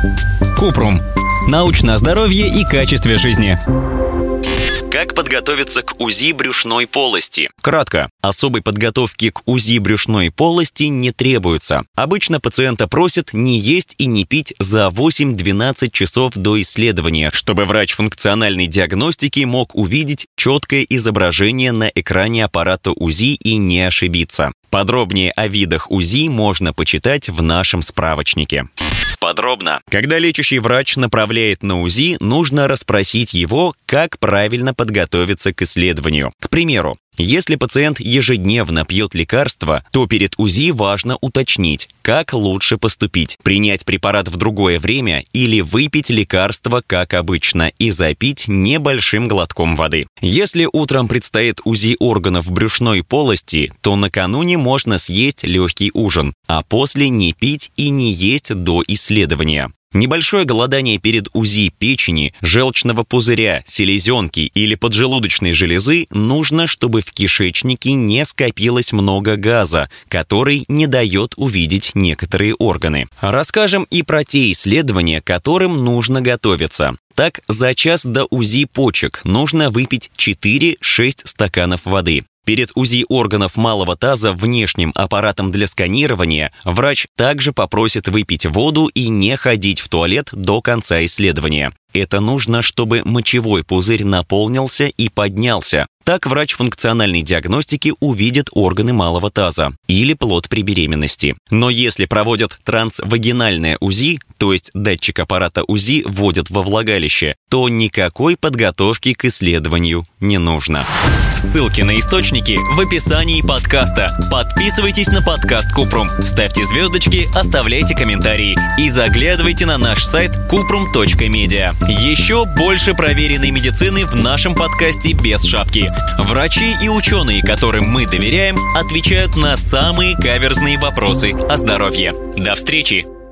Купрум. Научное здоровье и качестве жизни. Как подготовиться к УЗИ брюшной полости? Кратко. Особой подготовки к УЗИ брюшной полости не требуется. Обычно пациента просят не есть и не пить за 8-12 часов до исследования, чтобы врач функциональной диагностики мог увидеть четкое изображение на экране аппарата УЗИ и не ошибиться. Подробнее о видах УЗИ можно почитать в нашем справочнике. Подробно. Когда лечащий врач направляет на УЗИ, нужно расспросить его, как правильно подготовиться к исследованию. К примеру, если пациент ежедневно пьет лекарства, то перед УЗИ важно уточнить, как лучше поступить: принять препарат в другое время или выпить лекарство, как обычно, и запить небольшим глотком воды. Если утром предстоит УЗИ органов брюшной полости, то накануне можно съесть легкий ужин, а после не пить и не есть до исследования. Небольшое голодание перед УЗИ печени, желчного пузыря, селезенки или поджелудочной железы нужно, чтобы в кишечнике не скопилось много газа, который не дает увидеть некоторые органы. Расскажем и про те исследования, к которым нужно готовиться. Так, за час до УЗИ почек нужно выпить 4-6 стаканов воды. Перед УЗИ органов малого таза внешним аппаратом для сканирования врач также попросит выпить воду и не ходить в туалет до конца исследования. Это нужно, чтобы мочевой пузырь наполнился и поднялся. Так врач функциональной диагностики увидит органы малого таза или плод при беременности. Но если проводят трансвагинальное УЗИ, то есть датчик аппарата УЗИ вводят во влагалище, то никакой подготовки к исследованию не нужно. Ссылки на источники в описании подкаста. Подписывайтесь на подкаст Купрум, ставьте звездочки, оставляйте комментарии и заглядывайте на наш сайт kuprum.media. Еще больше проверенной медицины в нашем подкасте без шапки. Врачи и ученые, которым мы доверяем, отвечают на самые каверзные вопросы о здоровье. До встречи!